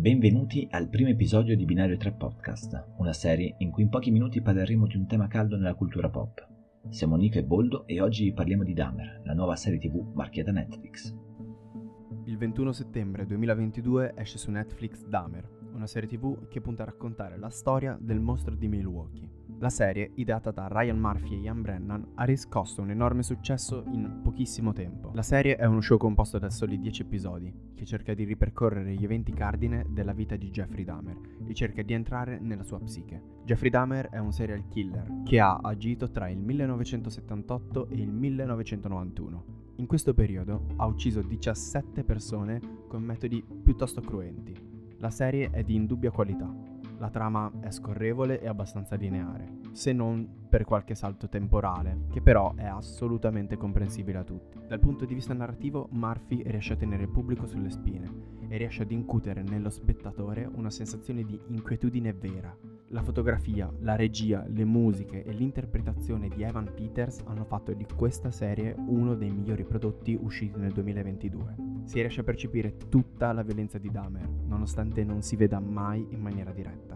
Benvenuti al primo episodio di Binario 3 Podcast, una serie in cui in pochi minuti parleremo di un tema caldo nella cultura pop. Siamo Nico e Boldo e oggi vi parliamo di Dahmer, la nuova serie TV marchiata Netflix. Il 21 settembre 2022 esce su Netflix Dahmer, una serie TV che punta a raccontare la storia del mostro di Milwaukee. La serie, ideata da Ryan Murphy e Ian Brennan, ha riscosso un enorme successo in pochissimo tempo. La serie è uno show composto da soli 10 episodi, che cerca di ripercorrere gli eventi cardine della vita di Jeffrey Dahmer e cerca di entrare nella sua psiche. Jeffrey Dahmer è un serial killer che ha agito tra il 1978 e il 1991. In questo periodo ha ucciso 17 persone con metodi piuttosto cruenti. La serie è di indubbia qualità. La trama è scorrevole e abbastanza lineare, se non per qualche salto temporale, che però è assolutamente comprensibile a tutti. Dal punto di vista narrativo, Murphy riesce a tenere il pubblico sulle spine e riesce ad incutere nello spettatore una sensazione di inquietudine vera. La fotografia, la regia, le musiche e l'interpretazione di Evan Peters hanno fatto di questa serie uno dei migliori prodotti usciti nel 2022. Si riesce a percepire tutta la violenza di Dahmer, nonostante non si veda mai in maniera diretta.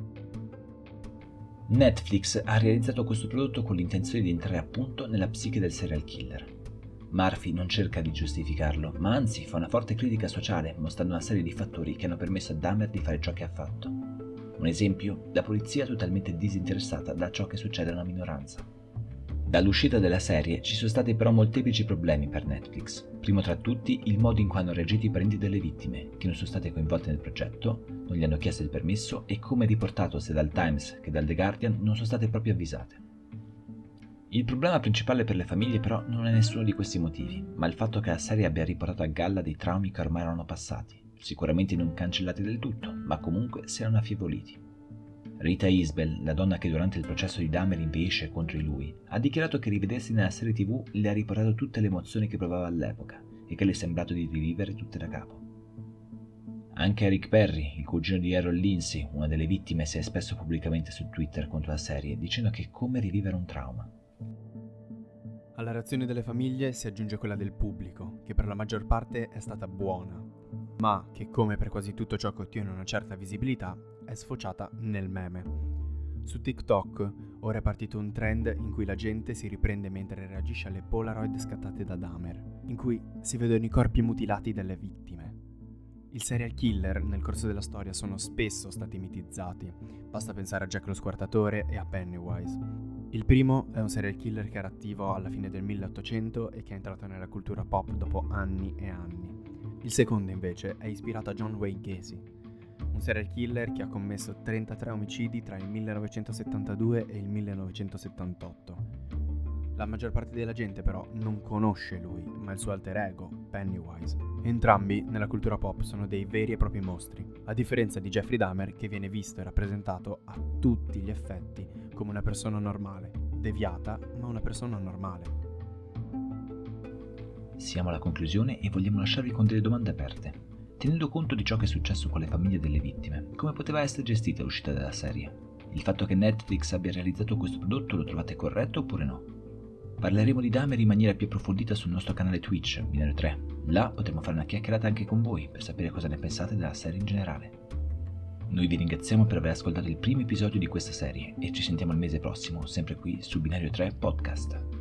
Netflix ha realizzato questo prodotto con l'intenzione di entrare appunto nella psiche del serial killer. Murphy non cerca di giustificarlo, ma anzi fa una forte critica sociale, mostrando una serie di fattori che hanno permesso a Dahmer di fare ciò che ha fatto. Un esempio, la polizia totalmente disinteressata da ciò che succede a una minoranza. Dall'uscita della serie ci sono stati però molteplici problemi per Netflix. Primo tra tutti il modo in cui hanno reagito i parenti delle vittime, che non sono state coinvolte nel progetto, non gli hanno chiesto il permesso e, come riportato sia dal Times che dal The Guardian, non sono state proprio avvisate. Il problema principale per le famiglie però non è nessuno di questi motivi, ma il fatto che la serie abbia riportato a galla dei traumi che ormai erano passati, sicuramente non cancellati del tutto, ma comunque si erano affievoliti. Rita Isbell, la donna che durante il processo di Dahmer inveisce contro di lui, ha dichiarato che rivedersi nella serie TV le ha riportato tutte le emozioni che provava all'epoca e che le è sembrato di rivivere tutte da capo. Anche Eric Perry, il cugino di Errol Lindsay, una delle vittime, si è espresso pubblicamente su Twitter contro la serie, dicendo che è come rivivere un trauma. Alla reazione delle famiglie si aggiunge quella del pubblico, che per la maggior parte è stata buona, ma che, come per quasi tutto ciò che ottiene una certa visibilità, è sfociata nel meme. Su TikTok ora è partito un trend in cui la gente si riprende mentre reagisce alle Polaroid scattate da Dahmer, in cui si vedono i corpi mutilati delle vittime. I serial killer nel corso della storia sono spesso stati mitizzati, basta pensare a Jack lo Squartatore e a Pennywise. Il primo è un serial killer che era attivo alla fine del 1800 e che è entrato nella cultura pop dopo anni e anni. Il secondo invece è ispirato a John Wayne Gacy, un serial killer che ha commesso 33 omicidi tra il 1972 e il 1978. La maggior parte della gente però non conosce lui, ma il suo alter ego, Pennywise. Entrambi nella cultura pop sono dei veri e propri mostri, a differenza di Jeffrey Dahmer, che viene visto e rappresentato a tutti gli effetti come una persona normale, deviata, ma una persona normale. Siamo alla conclusione e vogliamo lasciarvi con delle domande aperte. Tenendo conto di ciò che è successo con le famiglie delle vittime, come poteva essere gestita l'uscita della serie? Il fatto che Netflix abbia realizzato questo prodotto lo trovate corretto oppure no? Parleremo di Dahmer in maniera più approfondita sul nostro canale Twitch, Binario 3. Là potremo fare una chiacchierata anche con voi per sapere cosa ne pensate della serie in generale. Noi vi ringraziamo per aver ascoltato il primo episodio di questa serie e ci sentiamo il mese prossimo, sempre qui su Binario 3 Podcast.